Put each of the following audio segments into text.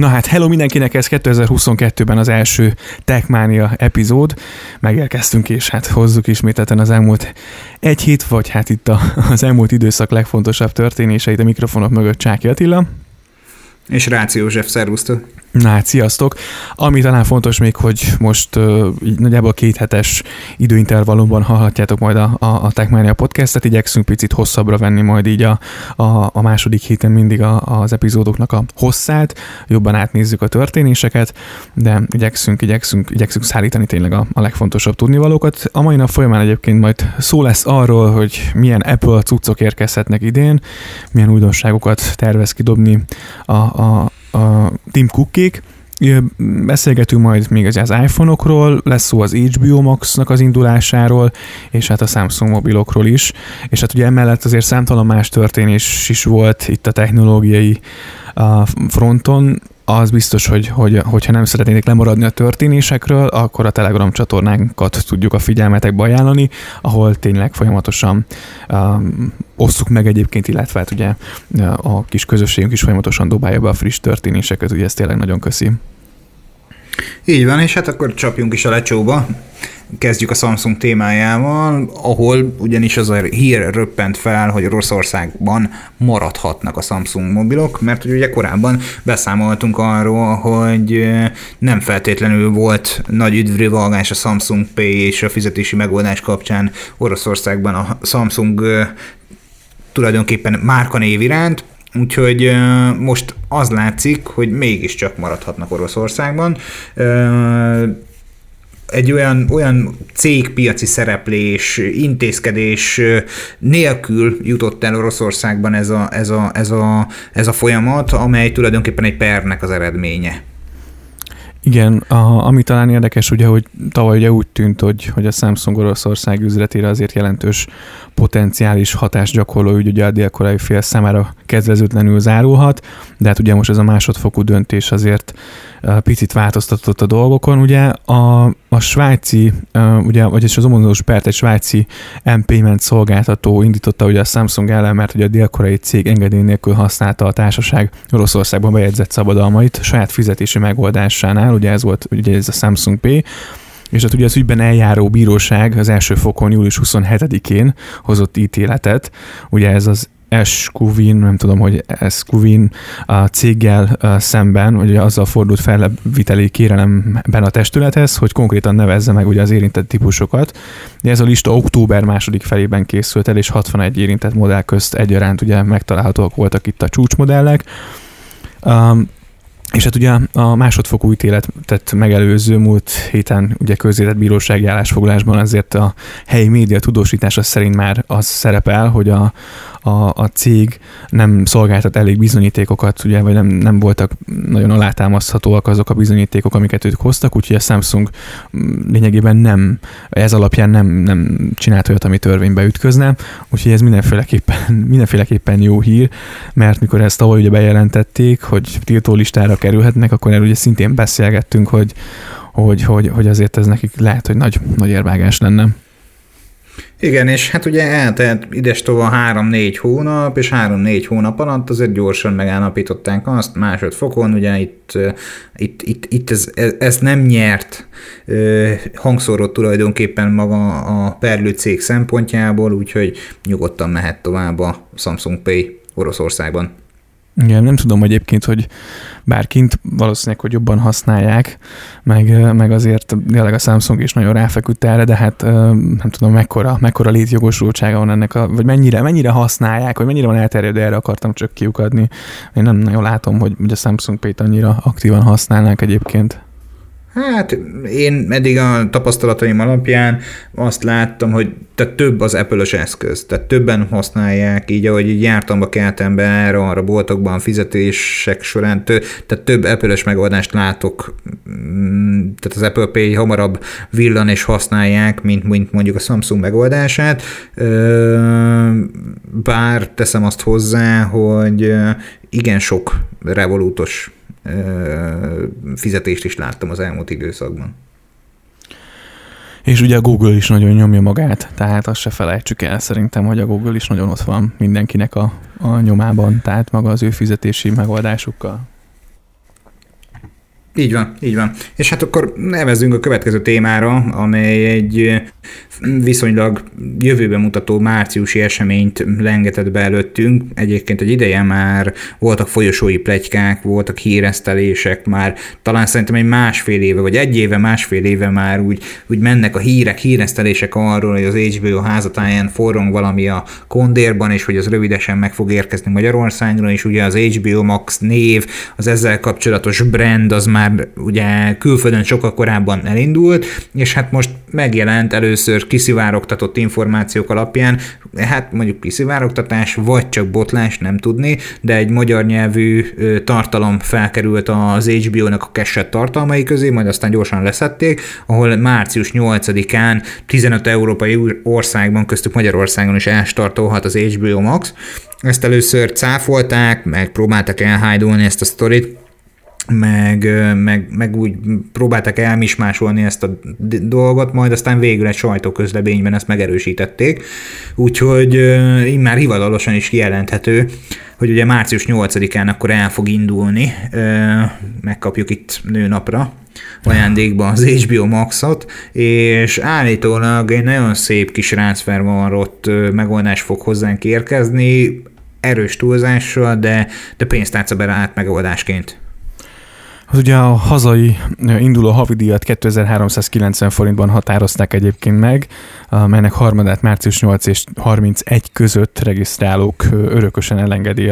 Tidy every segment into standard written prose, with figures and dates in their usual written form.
Na hát, hello mindenkinek, ez 2022-ben az első Techmania epizód. Megérkeztünk, és hát hozzuk ismételten az elmúlt egy hét, vagy hát itt az elmúlt időszak legfontosabb történéseit a mikrofonok mögött Csáky Attila. És Rácz József, szervusztok! Na hát, sziasztok! Ami talán fontos még, hogy most így nagyjából 2 hetes időintervallumban hallhatjátok majd a Techmania podcastet, igyekszünk picit hosszabbra venni majd így a második héten mindig az epizódoknak a hosszát, jobban átnézzük a történéseket, de igyekszünk szállítani tényleg a legfontosabb tudnivalókat. A mai nap folyamán egyébként majd szó lesz arról, hogy milyen Apple cuccok érkezhetnek idén, milyen újdonságokat tervez kidobni a Tim Cookék. Beszélgetünk majd még az iPhone-okról, lesz szó az HBO Max-nak az indulásáról, és hát a Samsung mobilokról is. És hát ugye emellett azért számtalan más történés is volt itt a technológiai fronton. Az biztos, hogyha nem szeretnétek lemaradni a történésekről, akkor a Telegram csatornánkat tudjuk a figyelmetekbe ajánlani, ahol tényleg folyamatosan osszuk meg egyébként, illetve hát ugye a kis közösségünk is folyamatosan dobálja be a friss történéseket, ugye ez tényleg nagyon köszi. Így van, és hát akkor csapjunk is a lecsóba. Kezdjük a Samsung témájával, ahol ugyanis az a hír röppent fel, hogy Oroszországban maradhatnak a Samsung mobilok, mert ugye korábban beszámoltunk arról, hogy nem feltétlenül volt nagy üdvrivalgás a Samsung Pay és a fizetési megoldás kapcsán Oroszországban a Samsung tulajdonképpen márkanév iránt, úgyhogy most az látszik, hogy mégiscsak maradhatnak Oroszországban. Egy olyan cégpiaci szereplés, intézkedés nélkül jutott el Oroszországban ez a folyamat, amely tulajdonképpen egy pernek az eredménye. Igen, ami talán érdekes, ugye, hogy tavaly ugye úgy tűnt, hogy a Samsung Oroszország üzletére azért jelentős potenciális hatást gyakorló ügy ugye a dél-koreai fél számára kedvezőtlenül zárulhat, de hát ugye most ez a másodfokú döntés azért picit változtatott a dolgokon. Ugye a svájci, vagyis az ombudsmanos pert egy svájci M-Payment szolgáltató indította ugye a Samsung ellen, mert ugye a dél-koreai cég engedély nélkül használta a társaság Oroszországban bejegyzett szabadalmait saját fizetési megoldásánál, ugye ez a Samsung Pay, és hát ugye az ügyben eljáró bíróság az első fokon július 27-én hozott ítéletet, ugye ez az Escovin, nem tudom, hogy Escovin a céggel szemben, ugye azzal fordult felviteli kérelemben a testülethez, hogy konkrétan nevezze meg ugye az érintett típusokat. De ez a lista október második felében készült el, és 61 érintett modell közt egyaránt ugye megtalálhatóak voltak itt a csúcsmodellek. És hát ugye a másodfokú ítéletet megelőző múlt héten ugye közzétett bírósági állásfoglalásban azért a helyi média tudósítása szerint már az szerepel, hogy a cég nem szolgáltat elég bizonyítékokat, ugye, vagy nem voltak nagyon alátámaszthatóak azok a bizonyítékok, amiket ők hoztak, úgyhogy a Samsung lényegében ez alapján nem csinált olyat, ami törvénybe ütközne, úgyhogy ez mindenféleképpen jó hír, mert mikor ezt tavaly ugye bejelentették, hogy tiltólistára kerülhetnek, akkor erről ugye szintén beszélgettünk, hogy azért ez nekik lehet, hogy nagy érvágás lenne. Igen, és hát ugye eltelt idestova 3-4 hónap, és 3-4 hónap alatt azért gyorsan megállapították azt másodfokon, ugye itt ez nem nyert hangszórót tulajdonképpen maga a perlő cég szempontjából, úgyhogy nyugodtan mehet tovább a Samsung Pay Oroszországban. Igen, nem tudom egyébként, hogy bár kint valószínűleg, hogy jobban használják, meg azért tényleg a Samsung is nagyon ráfeküdt erre, de hát nem tudom, mekkora létjogosultsága van ennek, vagy mennyire használják, vagy mennyire van elterjedő, erre akartam csak kiukadni. Én nem nagyon látom, hogy a Samsung Pay-t annyira aktívan használnák egyébként. Hát én eddig a tapasztalataim alapján azt láttam, hogy több az Apple-ös eszköz, tehát többen használják, így ahogy így jártam, keltem be arra boltokban fizetések során, tehát több Apple-ös megoldást látok, tehát az Apple Pay hamarabb villan és használják, mint mondjuk a Samsung megoldását, bár teszem azt hozzá, hogy igen sok revolútos fizetést is láttam az elmúlt időszakban. És ugye a Google is nagyon nyomja magát, tehát azt se felejtsük el szerintem, hogy a Google is nagyon ott van mindenkinek a nyomában, tehát maga az ő fizetési megoldásukkal. Így van, így van. És hát akkor nevezzünk a következő témára, amely egy viszonylag jövőben mutató márciusi eseményt lengetett be előttünk. Egyébként egy ideje már voltak folyosói pletykák, voltak híresztelések, már talán szerintem egy másfél éve, vagy egy éve, másfél éve már úgy mennek a híresztelések arról, hogy az HBO házatáján forrong valami a kondérban, és hogy az rövidesen meg fog érkezni Magyarországra, és ugye az HBO Max név, az ezzel kapcsolatos brand, az már ugye külföldön sokkal korábban elindult, és hát most megjelent először kiszivárogtatott információk alapján, hát mondjuk kiszivárogtatás, vagy csak botlás, nem tudni, de egy magyar nyelvű tartalom felkerült az HBO-nak a cache tartalmai közé, majd aztán gyorsan leszették, ahol március 8-án 15 európai országban, köztük Magyarországon is elstartolhat az HBO Max. Ezt először cáfolták, meg próbáltak elhájdulni ezt a sztorit, meg úgy próbálták elmismásolni ezt a dolgot, majd aztán végül egy sajtóközleményben ezt megerősítették. Úgyhogy immár hivatalosan is kijelenthető, hogy ugye március 8-án akkor el fog indulni, megkapjuk itt nőnapra ajándékba az HBO Maxot, és állítólag egy nagyon szép kis ráncfervarrott megoldás fog hozzánk érkezni, erős túlzással, de pénztárcabarát megoldásként. Az ugye a hazai induló havidíjat 2390 forintban határozták egyébként meg, melynek harmadát március 8 és 31 között regisztrálók örökösen elengedi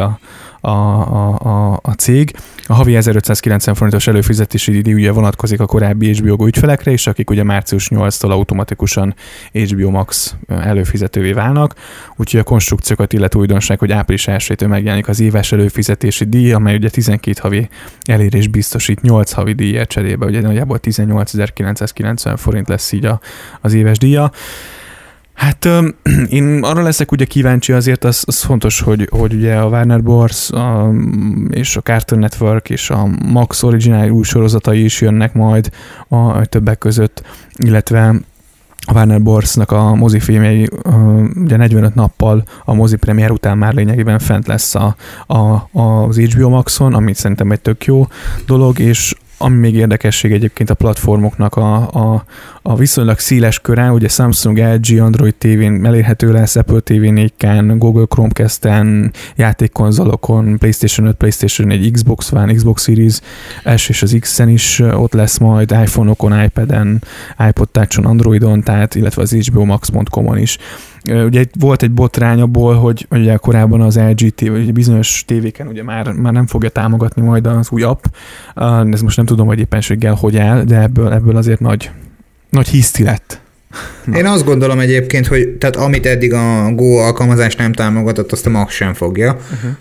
a cég. A havi 1590 forintos előfizetési díj ugye vonatkozik a korábbi HBO Go ügyfelekre is, akik ugye március 8-tól automatikusan HBO Max előfizetővé válnak. Úgyhogy a konstrukciókat illető újdonság, hogy április 1-től megjelenik az éves előfizetési díj, amely ugye 12 havi elérés biztosít 8 havi díjért cserébe, ugye nagyjából 18.990 forint lesz így az éves díja. Hát én arra leszek ugye kíváncsi, azért az fontos, hogy ugye a Warner Bros. És a Cartoon Network és a Max Original új sorozatai is jönnek majd a többek között, illetve a Warner Bros.-nak a mozifilmjei ugye 45 nappal a mozipremiér után már lényegében fent lesz az HBO Maxon, ami szerintem egy tök jó dolog, és ami még érdekesség egyébként a platformoknak a viszonylag széles köre, ugye Samsung, LG, Android TV-n elérhető lesz, Apple TV 4K-n, Google Chromecast-en, játékkonzolokon, PlayStation 5, PlayStation 4, Xbox One, Xbox Series S és az X-en is ott lesz majd, iPhone-okon, iPad-en, iPod Touch-on, Androidon, tehát, illetve az hbomax.com-on is. Ugye volt egy botrány abból, hogy ugye korábban az LG TV, bizonyos tévéken ugye már nem fogja támogatni majd az új app. Ez most nem tudom, hogy éppenséggel hogy áll, de ebből azért nagy hiszti lett. Én azt gondolom egyébként, hogy tehát amit eddig a Go alkalmazás nem támogatott, azt a Max sem fogja. Uh-huh.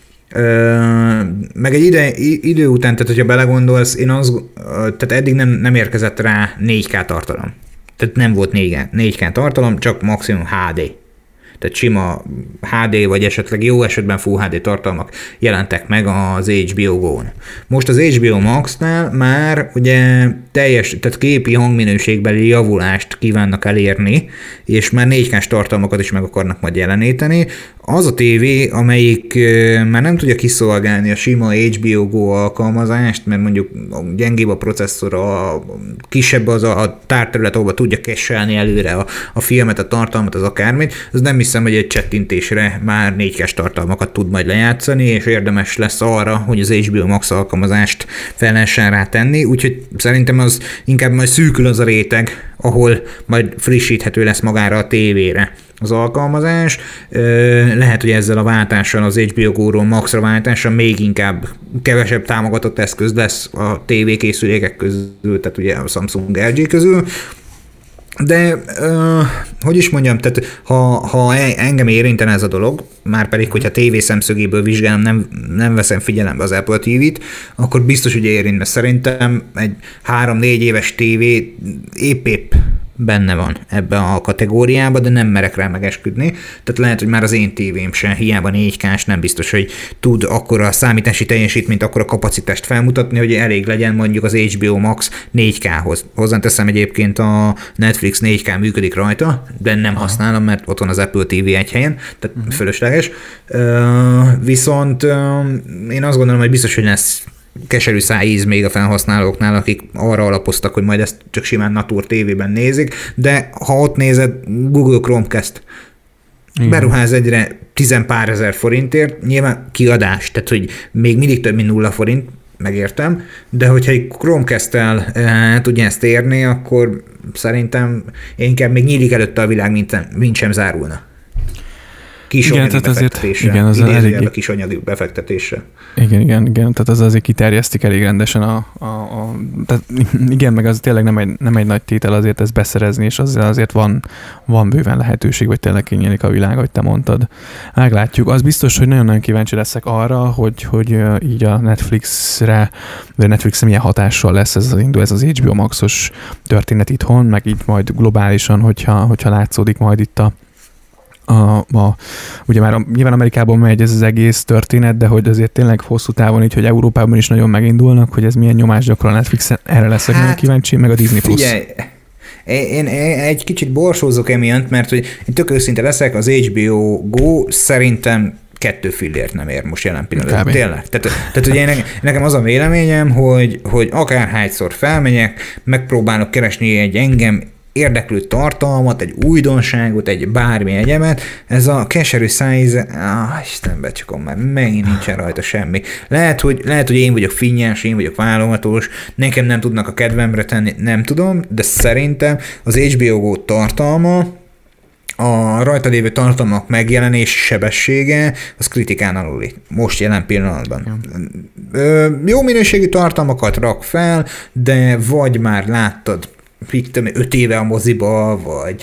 Meg egy idő után, tehát hogyha belegondolsz, tehát eddig nem érkezett rá 4K tartalom. Tehát nem volt 4K tartalom, csak maximum HD. Tehát sima HD, vagy esetleg jó esetben Full HD tartalmak jelentek meg az HBO Go-n. Most az HBO Max-nál már ugye tehát képi hangminőségbeli javulást kívánnak elérni, és már 4K-s tartalmakat is meg akarnak majd jeleníteni. Az a tévé, amelyik már nem tudja kiszolgálni a sima HBO Go alkalmazást, mert mondjuk gyengébb a processzor, kisebb az a tárterület, ahol tudja cache-elni előre a filmet, a tartalmat, az akármit, az nem hiszem, hogy egy csettintésre már 4K-s tartalmakat tud majd lejátszani, és érdemes lesz arra, hogy az HBO Max alkalmazást fel lehessen rá tenni, úgyhogy szerintem az inkább majd szűkül az a réteg, ahol majd frissíthető lesz magára a tévére az alkalmazás. Lehet, hogy ezzel a váltással, az HBO Go-ról Maxra váltással még inkább kevesebb támogatott eszköz lesz a tévékészülékek közül, tehát ugye a Samsung, LG közül. De, hogy is mondjam, tehát ha engem érintene ez a dolog, már pedig, hogyha tévé szemszögéből vizsgálom, nem veszem figyelembe az Apple TV-t, akkor biztos, hogy érint, mert szerintem egy 3-4 éves tévé épp benne van ebben a kategóriában, de nem merek rá megesküdni. Tehát lehet, hogy már az én tévém sem, hiába 4K-s, nem biztos, hogy tud akkora számítási teljesítményt, akkora kapacitást felmutatni, hogy elég legyen mondjuk az HBO Max 4K-hoz. Hozzáteszem egyébként a Netflix 4K működik rajta, de nem használom, mert ott van az Apple TV egy helyen, tehát fölösleges. Viszont én azt gondolom, hogy biztos, hogy lesz keserű szájíz még a felhasználóknál, akik arra alapoztak, hogy majd ezt csak simán Natur TV-ben nézik, de ha ott nézed, Google Chromecast beruház egyre 10 pár ezer forintért, nyilván kiadás, tehát hogy még mindig több mint 0 forint, megértem, de hogyha egy Chromecast-tel tudja ezt érni, akkor szerintem inkább még nyílik előtte a világ, mint sem zárulna. Kis anyagi befektetésre. Igen, az elég... kis anyagi befektetésre. Igen, tehát az azért kiterjesztik elég rendesen tehát igen, meg az tényleg nem egy nagy tétel azért ezt beszerezni, és azért van bőven lehetőség, hogy tényleg kinyílik a világ, ahogy te mondtad. Meglátjuk. Az biztos, hogy nagyon-nagyon kíváncsi leszek arra, hogy így a Netflixre milyen hatással lesz ez az HBO Max-os történet itthon, meg így majd globálisan, hogyha látszódik majd itt ugye már nyilván Amerikában megy ez az egész történet, de hogy azért tényleg hosszú távon így, hogy Európában is nagyon megindulnak, hogy ez milyen nyomás gyakorol a Netflixen, erre leszek nagyon kíváncsi, meg a Disney+. Figyelj, én egy kicsit borsózok emiatt, mert hogy én tök őszinte leszek, az HBO Go szerintem 2 fillért nem ér most jelen pillanatban. Tényleg. Tehát ugye nekem az a véleményem, hogy akárhányszor felmegyek, megpróbálok keresni egy engem érdeklő tartalmat, egy újdonságot, egy bármi egyemet, ez a keserű szájíz, Istenbe csakom, már megint nincsen rajta semmi. Lehet, hogy én vagyok finnyás, én vagyok válogatós, nekem nem tudnak a kedvemre tenni, nem tudom, de szerintem az HBO Go tartalma, a rajta lévő tartalmak megjelenés sebessége, az kritikán aluli. Most jelen pillanatban. Jó minőségű tartalmakat rak fel, de vagy már láttad 5 éve a moziba,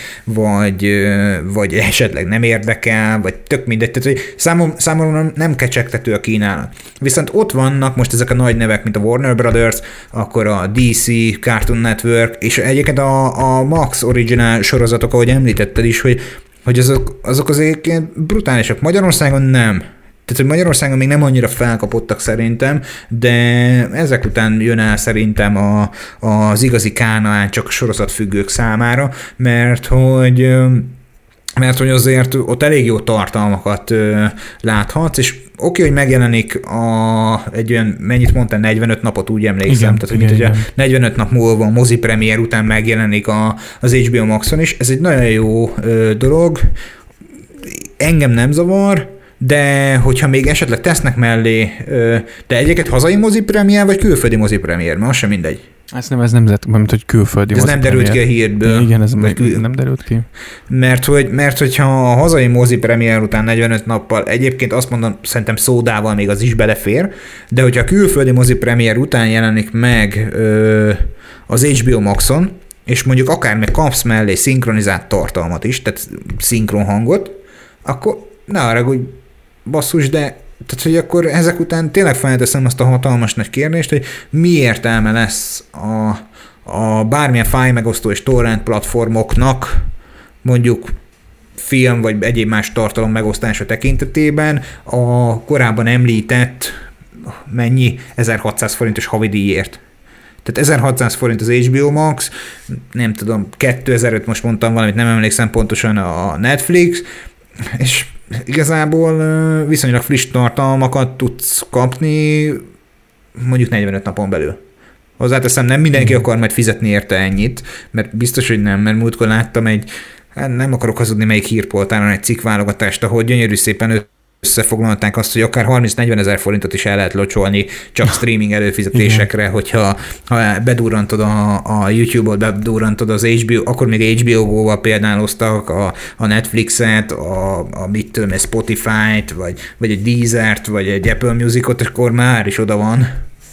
vagy esetleg nem érdekel, vagy tök mindegy. Tehát, hogy számomra nem kecsegtető a kínálat. Viszont ott vannak most ezek a nagy nevek, mint a Warner Brothers, akkor a DC, Cartoon Network, és egyébként a Max Original sorozatok, ahogy említetted is, hogy azok azért brutálisak. Magyarországon nem. Tehát, hogy Magyarországon még nem annyira felkapottak szerintem, de ezek után jön el szerintem az igazi Kánaán csak sorozatfüggők számára, mert hogy azért ott elég jó tartalmakat láthatsz, és oké, hogy megjelenik egy olyan, mennyit mondtál, 45 napot, úgy emlékszem, igen, tehát hogy igen. 45 nap múlva a mozi premier után megjelenik az HBO Maxon is, ez egy nagyon jó dolog, engem nem zavar, de hogyha még esetleg tesznek mellé, de egyébként hazai mozipremiér, vagy külföldi mozipremiér, mert az sem mindegy. Ez nemzet, mint hogy külföldi mozipremiér. Ez nem derült ki a hírből. Igen, ez nem derült ki. Mert hogyha a hazai mozipremiér után 45 nappal, egyébként azt mondom, szerintem szódával még az is belefér, de hogyha a külföldi mozipremiér után jelenik meg az HBO Maxon, és mondjuk akár meg kapsz mellé szinkronizált tartalmat is, tehát szinkron hangot, akkor ne arra, hogy basszus, de tehát, hogy akkor ezek után tényleg felteszem azt a hatalmas nagy kérdést, hogy mi értelme lesz a bármilyen fájlmegosztó és torrent platformoknak mondjuk film vagy egyéb más tartalom megosztása tekintetében a korábban említett 1600 forintos havidíjért. Tehát 1600 forint az HBO Max, nem tudom, 2005 most mondtam valamit, nem emlékszem pontosan a Netflix, és igazából viszonylag friss tartalmakat tudsz kapni mondjuk 45 napon belül. Hozzáteszem, nem mindenki akar majd fizetni érte ennyit, mert biztos, hogy nem, mert múltkor láttam nem akarok hazudni melyik hírpoltáron egy cikkválogatást, ahol gyönyörű szépen összefoglalták azt, hogy akár 30-40 ezer forintot is el lehet locsolni csak streaming előfizetésekre, hogyha bedurrantod a YouTube-ot, bedurrantod az HBO, akkor még HBO Go-val példáloztak a Netflixet, a Spotify-t, vagy egy Deezert, vagy egy Apple Music-ot, akkor már is oda van.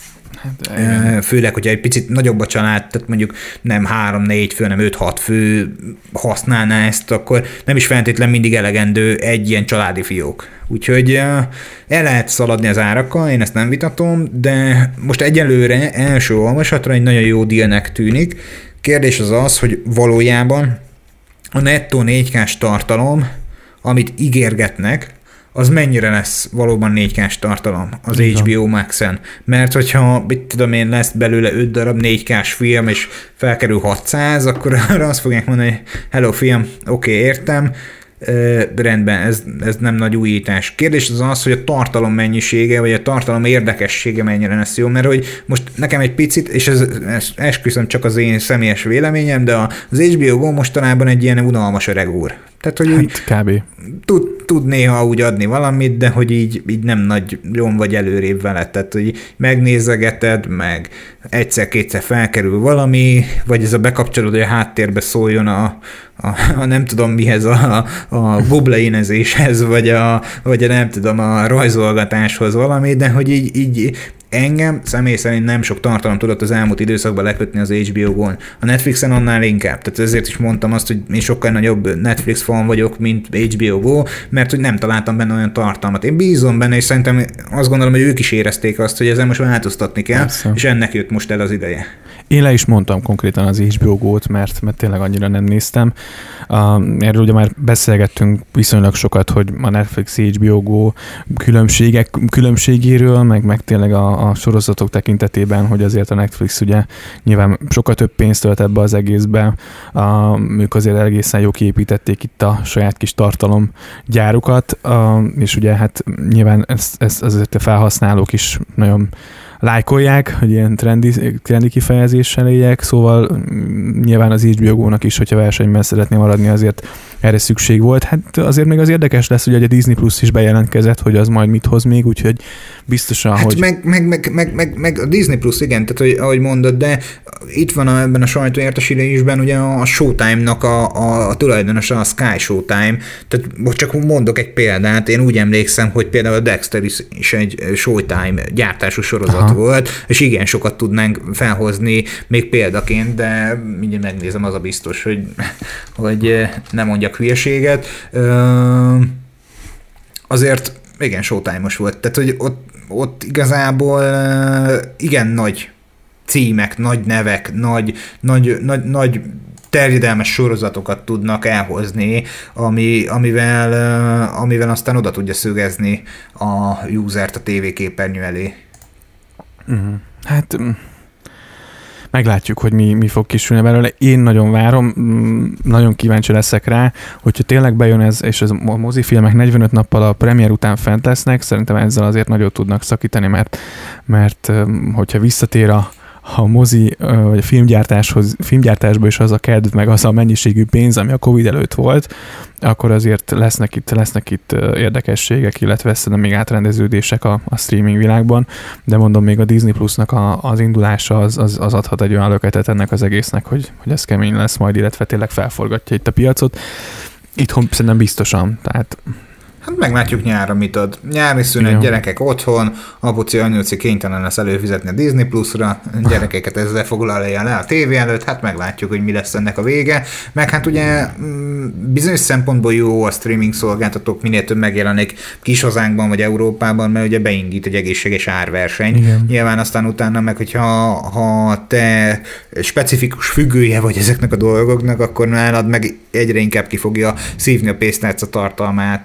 Főleg, hogyha egy picit nagyobb a család, tehát mondjuk nem 3-4 fő, nem 5-6 fő használná ezt, akkor nem is feltétlen mindig elegendő egy ilyen családi fiók. Úgyhogy el lehet szaladni az árakkal, én ezt nem vitatom, de most egyelőre első olvasatra egy nagyon jó dealnek tűnik. Kérdés az, hogy valójában a nettó 4K-s tartalom, amit ígérgetnek, az mennyire lesz valóban 4K-s tartalom az HBO Max-en. Mert hogyha, mit tudom én, lesz belőle 5 darab 4K-s film, és felkerül 600, akkor arra azt fogják mondani, hogy hello film, oké, értem, rendben, ez nem nagy újítás. Kérdés az, hogy a tartalom mennyisége, vagy a tartalom érdekessége mennyire lesz jó, mert hogy most nekem egy picit, és ez esküszöm csak az én személyes véleményem, de az HBO Go mostanában egy ilyen unalmas öreg úr. Tehát, hogy úgy kb. Tud néha úgy adni valamit, de hogy így nem nagyon vagy előrébb vele. Tehát, hogy megnézegeted, meg egyszer-kétszer felkerül valami, vagy ez a bekapcsolódó, hogy a háttérbe szóljon a nem tudom mihez, a gobleinezéshez, vagy a nem tudom, a rajzolgatáshoz valami, de hogy így engem személy szerint nem sok tartalom tudott az elmúlt időszakban lekötni az HBO Go-n. A Netflixen annál inkább. Tehát ezért is mondtam azt, hogy én sokkal nagyobb Netflix fan vagyok, mint HBO Go, mert hogy nem találtam benne olyan tartalmat. Én bízom benne, és szerintem azt gondolom, hogy ők is érezték azt, hogy ezzel most változtatni kell, persze. És ennek jött most el az ideje. Én le is mondtam konkrétan az HBO Go-t, mert tényleg annyira nem néztem. Erről ugye már beszélgettünk viszonylag sokat, hogy a Netflix HBO Go különbségéről, meg tényleg a sorozatok tekintetében, hogy azért a Netflix ugye nyilván sokkal több pénzt tölt ebbe az egészbe, ők azért egészen jó kiépítették itt a saját kis tartalomgyárukat, és ugye hát nyilván ezt azért a felhasználók is nagyon lájkolják, hogy ilyen trendi kifejezéssel éljek, szóval nyilván az HBO Go-nak is, hogyha versenyben szeretné maradni, azért erre szükség volt. Hát azért még az érdekes lesz, hogy a Disney Plus is bejelentkezett, hogy az majd mit hoz még, úgyhogy biztosan, hát hogy... Meg a Disney Plus, igen, tehát ahogy mondod, de itt van ebben a sajtóértesítésben ugye a Showtime-nak a tulajdonosa, a Sky Showtime, tehát csak mondok egy példát, én úgy emlékszem, hogy például a Dexter is egy Showtime gyártású sorozat volt, és igen, sokat tudnánk felhozni még példaként, de mindjárt megnézem, az a biztos, hogy nem mondjak hülyeséget. Azért igen, Showtime-os volt. Tehát, hogy ott igazából igen nagy címek, nagy nevek, nagy terjedelmes sorozatokat tudnak elhozni, amivel aztán oda tudja szögezni a usert a tévéképernyő elé. Hát meglátjuk, hogy mi fog kisülni belőle. Én nagyon várom, nagyon kíváncsi leszek rá, hogyha tényleg bejön ez, és a mozifilmek 45 nappal a premier után fent lesznek, szerintem ezzel azért nagyot tudnak szakítani, mert hogyha visszatér a mozi vagy a filmgyártásba is az a kedv, meg az a mennyiségű pénz, ami a Covid előtt volt, akkor azért lesznek itt érdekességek, illetve szerintem még átrendeződések a streaming világban, de mondom, még a Disney Plusnak az indulása az adhat egy olyan löketet ennek az egésznek, hogy ez kemény lesz majd, illetve tényleg felforgatja itt a piacot. Itthon szerintem biztosan, tehát... Hát meglátjuk nyárra mit ad. Nyári szünet, gyerekek otthon, apuci, anyuci kénytelen lesz előfizetni a Disney Plus-ra, gyerekeket ezzel foglalja le a tévé előtt, hát meglátjuk, hogy mi lesz ennek a vége. Meg hát ugye bizonyos szempontból jó a streaming szolgáltatók, minél több megjelenik kis hazánkban vagy Európában, mert ugye beindít egy egészséges árverseny. Igen. Nyilván aztán utána meg, hogyha te specifikus függője vagy ezeknek a dolgoknak, akkor nálad meg egyre inkább ki fogja szívni a pénztárca tartalmát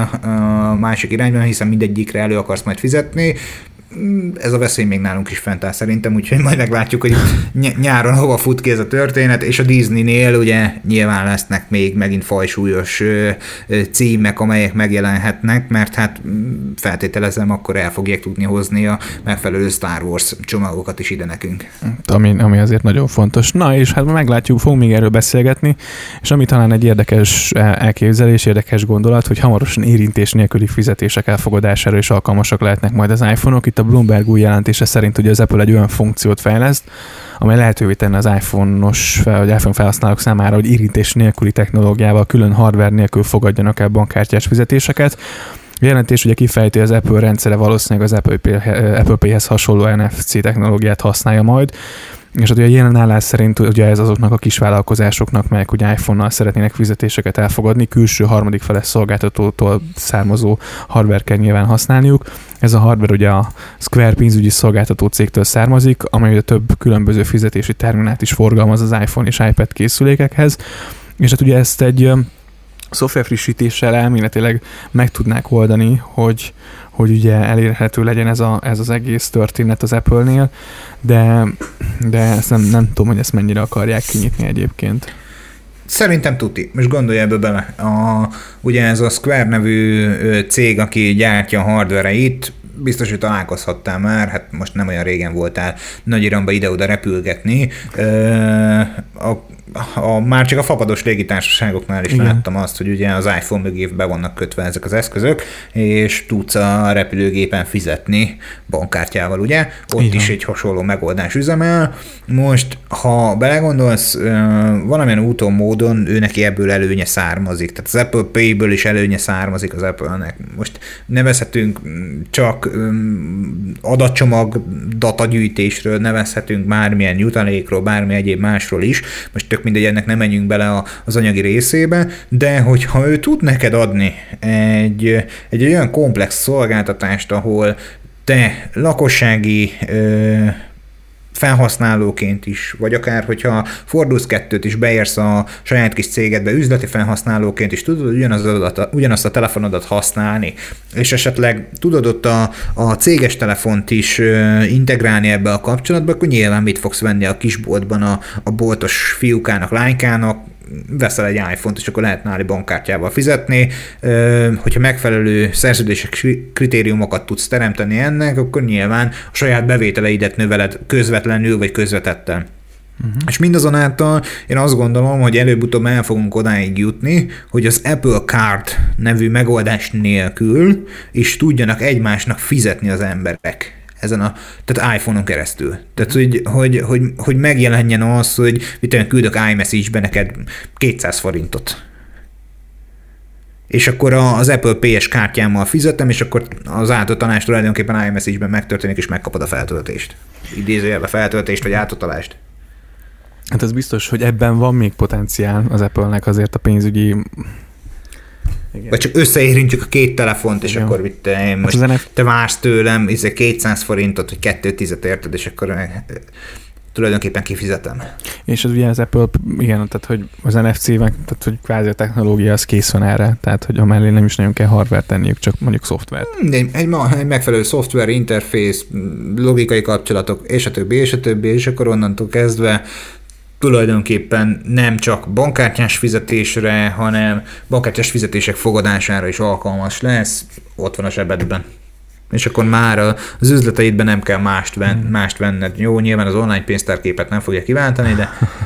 a másik irányban, hiszen mindegyikre elő akarsz majd fizetni. Ez a veszély még nálunk is fent áll szerintem, úgyhogy majd meglátjuk, hogy nyáron hova fut ki ez a történet, és a Disneynél ugye nyilván lesznek még megint fajsúlyos címek, amelyek megjelenhetnek, mert hát feltételezem, akkor el fogják tudni hozni a megfelelő Star Wars csomagokat is ide nekünk. Ami azért nagyon fontos. Na, és hát meglátjuk, fogunk még erről beszélgetni, és ami talán egy érdekes elképzelés, érdekes gondolat, hogy hamarosan érintés nélküli fizetések elfogadására is alkalmasak lehetnek majd az iPhone-ok. Itt a Bloomberg új jelentése szerint ugye az Apple egy olyan funkciót fejleszt, amely lehetővé tenne az iPhone felhasználók számára, hogy érintés nélküli technológiával, külön hardware nélkül fogadjanak el bankkártyás fizetéseket. A jelentés ugye kifejti, az Apple rendszere valószínűleg az Apple Pay-hez hasonló NFC technológiát használja majd, és ugye a jelen állás szerint ugye ez azoknak a kisvállalkozásoknak, melyek ugye iPhone-nal szeretnének fizetéseket elfogadni, külső harmadik feles szolgáltatótól származó hardware kell nyilván használniuk. Ez a hardware ugye a Square pénzügyi szolgáltató cégtől származik, amely ugye több különböző fizetési terminált is forgalmaz az iPhone és iPad készülékekhez, és hát ugye ezt egy szoftver frissítéssel elméletileg meg tudnák oldani, hogy ugye elérhető legyen ez az egész történet az Apple-nél, de ezt nem tudom, hogy ezt mennyire akarják kinyitni egyébként. Szerintem tuti. Most gondolj ebbe bele. Ugye ez a Square nevű cég, aki gyártja a hardware-eit, biztos, hogy találkozhattál már, hát most nem olyan régen voltál nagy iramba ide-oda repülgetni. Már csak a fapados légitársaságoknál is igen. Láttam azt, hogy ugye az iPhone mögé be vannak kötve ezek az eszközök, és tudsz a repülőgépen fizetni bankkártyával, ugye? Ott igen. is egy hasonló megoldás üzemel. Most, ha belegondolsz, valamilyen úton, módon ő neki ebből előnye származik. Tehát az Apple Pay-ből is előnye származik az Apple-nek. Most nevezhetünk csak adatcsomag datagyűjtésről, nevezhetünk bármilyen jutalékról, bármi egyéb másról is. Most tök mindegy, ennek nem menjünk bele az anyagi részébe, de hogyha ő tud neked adni egy olyan komplex szolgáltatást, ahol te lakossági felhasználóként is, vagy akár, hogyha fordulsz kettőt is, beérsz a saját kis cégedbe üzleti felhasználóként is, tudod ugyanazt a telefonodat használni, és esetleg tudod ott a céges telefont is integrálni ebbe a kapcsolatba, akkor nyilván mit fogsz venni a kisboltban a boltos fiúkának, lánykának, veszel egy iPhone-t, és akkor lehet náli bankkártyával fizetni. Hogyha megfelelő szerződések kritériumokat tudsz teremteni ennek, akkor nyilván a saját bevételeidet növeled közvetlenül vagy közvetetten. Uh-huh. És mindazonáltal én azt gondolom, hogy előbb-utóbb el fogunk odáig jutni, hogy az Apple Card nevű megoldás nélkül is tudjanak egymásnak fizetni az emberek. Tehát iPhone-on keresztül. Tehát, hogy megjelenjen az, hogy mit küldök iMessage-be neked 200 forintot. És akkor az Apple Pay-es kártyámmal fizetem, és akkor az átutalás tulajdonképpen iMessage-ben megtörténik, és megkapod a feltöltést. Idézőjelben feltöltést, vagy átutalást. Hát ez biztos, hogy ebben van még potenciál az Apple-nek azért a pénzügyi... Igen. Vagy csak összeérintjük a két telefont, és igen. Akkor te vársz tőlem 200 forintot, hogy 2,10 érted, és akkor tulajdonképpen kifizetem. És ez ugye az Apple, igen, tehát hogy az NFC-ben, tehát hogy kvázi a technológia az kész van erre, tehát hogy amellé nem is nagyon kell hardware tenniük, csak mondjuk szoftvert. Egy megfelelő szoftver, interfész, logikai kapcsolatok, és a többi, és akkor onnantól kezdve tulajdonképpen nem csak bankkártyás fizetésre, hanem bankkártyás fizetések fogadására is alkalmas lesz, ott van a zsebedben. És akkor már az üzleteidben nem kell mást venned. Jó, nyilván az online pénztárképet nem fogja kiváltani,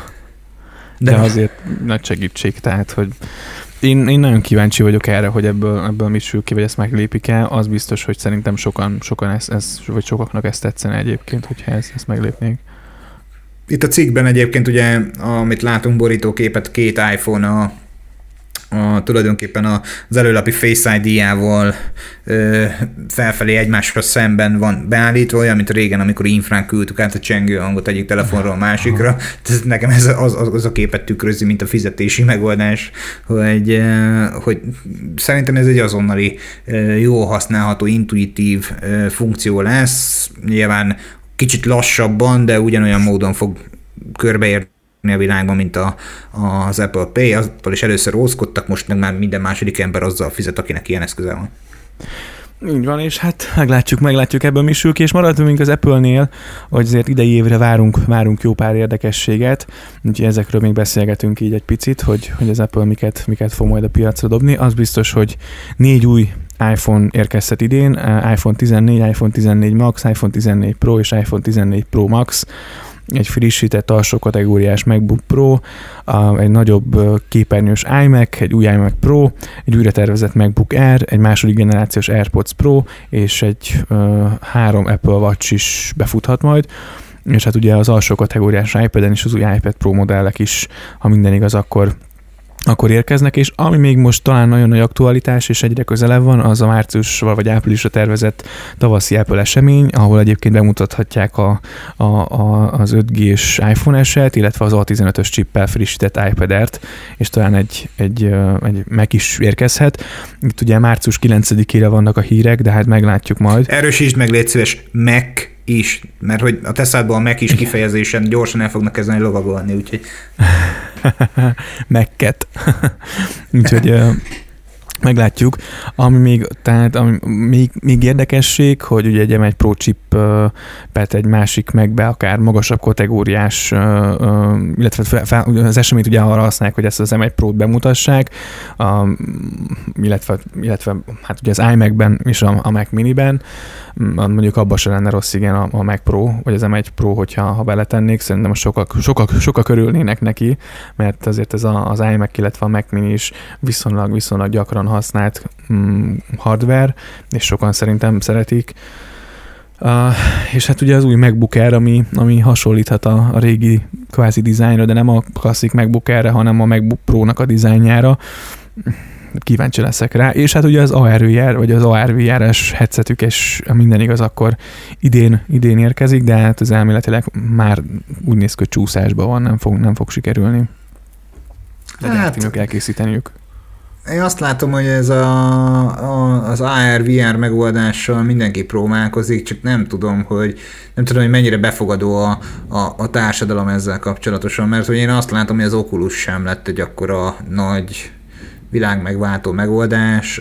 de azért nagy segítség, tehát, hogy én nagyon kíváncsi vagyok erre, hogy ebből mi sül ki, vagy ezt meglépik el. Az biztos, hogy szerintem sokan vagy sokaknak ezt tetszene egyébként, hogyha ezt meglépnék. Itt a cikkben egyébként ugye, amit látunk borítóképet, két iPhone tulajdonképpen az előlapi Face ID-jával felfelé egymásra szemben van beállítva, olyan, mint régen, amikor infrán küldtük át a csengő hangot egyik telefonról a másikra. Nekem ez az a képet tükrözi, mint a fizetési megoldás, hogy szerintem ez egy azonnali, jól használható, intuitív funkció lesz. Nyilván kicsit lassabban, de ugyanolyan módon fog körbeérni a világban, mint az Apple Pay. Attól is először ózkodtak, most meg már minden második ember azzal fizet, akinek ilyen eszköze van. Így van, és hát meglátjuk ebből mi sül ki, és maradtunk az Apple-nél, hogy azért idei évre várunk jó pár érdekességet, úgyhogy ezekről még beszélgetünk így egy picit, hogy az Apple miket fog majd a piacra dobni. Az biztos, hogy 4 új iPhone érkezhet idén, iPhone 14, iPhone 14 Max, iPhone 14 Pro és iPhone 14 Pro Max, egy frissített alsó kategóriás MacBook Pro, egy nagyobb képernyős iMac, egy új iMac Pro, egy újra tervezett MacBook Air, egy második generációs AirPods Pro, és egy 3 Apple Watch is befuthat majd, és hát ugye az alsó kategóriás iPad-en is az új iPad Pro modellek is, ha minden igaz, akkor érkeznek, és ami még most talán nagyon nagy aktualitás, és egyre közelebb van, az a márciusra vagy áprilisra tervezett tavaszi Apple esemény, ahol egyébként bemutathatják az 5G-s iPhone SE-t, illetve az A15-ös csippel frissített iPad Air-t, és talán egy Mac is érkezhet. Itt ugye március 9-ére vannak a hírek, de hát meglátjuk majd. Erősítsd meg, légy szíves, Mac is, mert hogy a Tesszádban a Mac is kifejezésen gyorsan el fognak kezdeni lovagolni, úgyhogy... Mac-et. Úgyhogy Meglátjuk. Ami még érdekesség, hogy ugye egy M1 Pro chipet egy másik megbe akár magasabb kategóriás, illetve az eseményt ugye arra használják, hogy ezt az M1 Pro-t bemutassák, illetve hát ugye az iMac-ben és a Mac Mini-ben, mondjuk abban sem lenne rossz, igen, a Mac Pro, vagy az M1 Pro, hogyha beletennék, szerintem sokak örülnének neki, mert azért ez az iMac, illetve a Mac Mini is viszonylag gyakran használt hardware, és sokan szerintem szeretik. És hát ugye az új MacBook Air, ami hasonlíthat a régi kvázi dizájnra, de nem a klasszik MacBook Airre, hanem a MacBook Pro-nak a dizájnjára. Kíváncsi leszek rá. És hát ugye az ARVR, vagy az ARVR-es headsetük, és minden igaz, akkor idén érkezik, de hát az elméletileg már úgy néz ki, hogy csúszásban van, nem fog sikerülni. De hát elkészíteniük. Én azt látom, hogy ez az AR-VR megoldással mindenki próbálkozik, csak nem tudom, hogy mennyire befogadó a társadalom ezzel kapcsolatosan, mert hogy én azt látom, hogy az Oculus sem lett egy akkora nagy világmegváltó megoldás,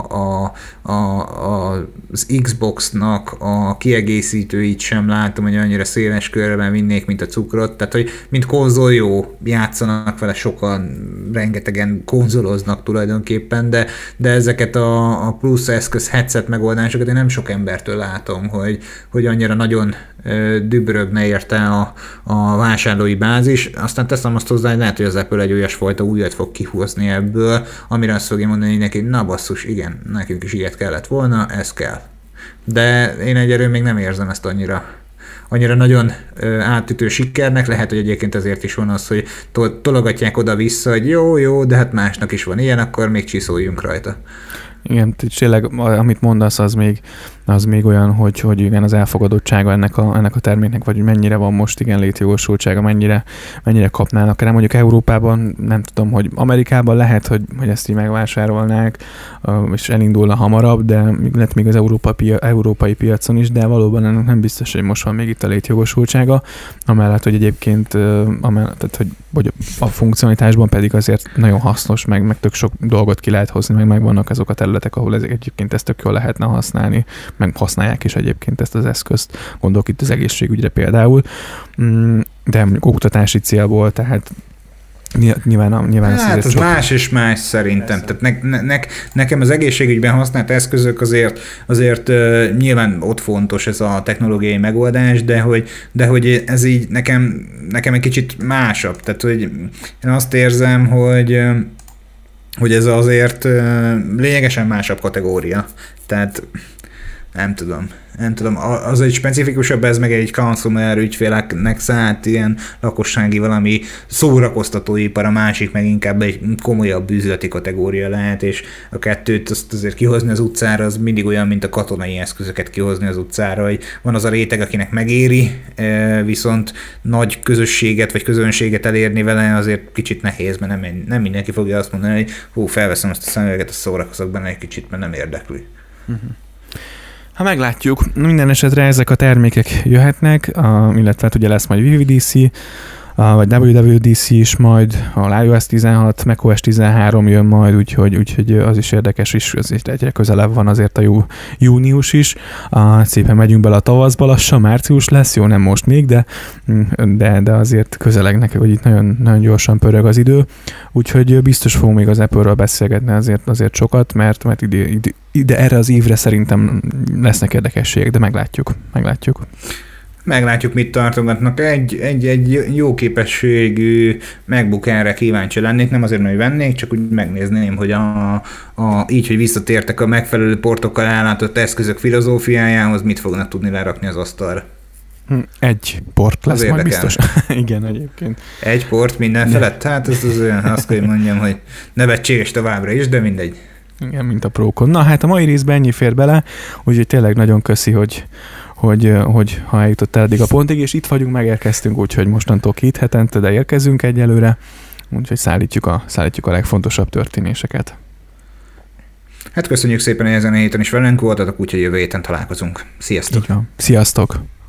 az Xbox-nak a kiegészítőit sem látom, hogy annyira széles körben vinnék, mint a cukrot, tehát hogy mint konzol jó, játszanak vele sokan, rengetegen konzoloznak tulajdonképpen, de ezeket a plusz eszköz headset megoldásokat én nem sok embertől látom, hogy annyira nagyon dübörögne érte a vásárlói bázis. Aztán teszem azt hozzá, hogy lehet, hogy az Apple egy olyasfajta újat fog kihozni ebből, amire azt fogja mondani neki, na basszus, igen, nekünk is ilyet kellett volna, ez kell. De én egyelőre még nem érzem ezt annyira nagyon átütő sikernek, lehet, hogy egyébként ezért is van az, hogy tologatják oda-vissza, hogy jó, de hát másnak is van ilyen, akkor még csiszoljunk rajta. Igen, tényleg, amit mondasz, az még olyan, hogy igen, az elfogadottsága ennek a terméknek, vagy mennyire van most igen létjogosultsága, mennyire kapnának rá. Mondjuk Európában, nem tudom, hogy Amerikában lehet, hogy ezt így megvásárolnák, és elindulna hamarabb, de lehet még az európai piacon is, de valóban ennek nem biztos, hogy most van még itt a létjogosultsága, amellett, hogy egyébként tehát, hogy a funkcionalitásban pedig azért nagyon hasznos, meg tök sok dolgot ki lehet hozni, meg vannak azok a területek, ahol egyébként ezt tök jól lehetne használni, meg használják is egyébként ezt az eszközt, gondolok itt az egészségügyre például, de mondjuk oktatási célból, tehát nyilván hát az más és más szerintem. Tehát nekem az egészségügyben használt eszközök azért nyilván ott fontos ez a technológiai megoldás, de hogy ez így nekem egy kicsit másabb. Tehát, hogy én azt érzem, hogy ez azért lényegesen másabb kategória. Tehát nem tudom, az egy specifikusabb, ez meg egy consumer ügyféleknek szállt ilyen lakossági valami szórakoztatóipar, a másik meg inkább egy komolyabb üzleti kategória lehet, és a kettőt azt azért kihozni az utcára, az mindig olyan, mint a katonai eszközöket kihozni az utcára, hogy van az a réteg, akinek megéri, viszont nagy közösséget vagy közönséget elérni vele azért kicsit nehéz, mert nem mindenki fogja azt mondani, hogy felveszem ezt a szemüveget, azt szórakozok benne egy kicsit, mert nem érdekli. Uh-huh. Ha meglátjuk, minden esetre ezek a termékek jöhetnek, illetve hát ugye lesz majd VVDC, vagy WWDC is majd, a iOS 16, macOS 13 jön majd, úgyhogy az is érdekes, és azért egyre közelebb van azért a június is. Szépen megyünk bele a tavaszba, lassan március lesz, jó, nem most még, de azért közelegnek, hogy itt nagyon, nagyon gyorsan pörög az idő, úgyhogy biztos fogunk még az Apple-ről beszélgetni azért sokat, mert ide erre az évre szerintem lesznek érdekességek, de meglátjuk. Meglátjuk, mit tartogatnak. Egy jó képességű MacBook Air-re kíváncsi lennék, nem azért, hogy vennék, csak úgy megnézném, hogy így, hogy visszatértek a megfelelő portokkal ellátott eszközök filozófiájához, mit fognak tudni lerakni az asztalra. Egy port lesz majd biztos. Igen, egyébként. Egy port minden felett? Hát ez az olyan, azt kell mondjam, hogy nevetséges továbbra is, de mindegy. Igen, mint a Pro-kon. Na hát a mai részben ennyi fér bele, úgyhogy tényleg nagyon köszi, hogy ha eljutott eddig a pontig, és itt vagyunk, megérkeztünk, úgyhogy mostantól 2 hetente, de érkezünk egyelőre, úgyhogy szállítjuk a legfontosabb történéseket. Hát köszönjük szépen, hogy ezen a héten is velünk voltatok, úgyhogy jövő héten találkozunk. Sziasztok! Sziasztok!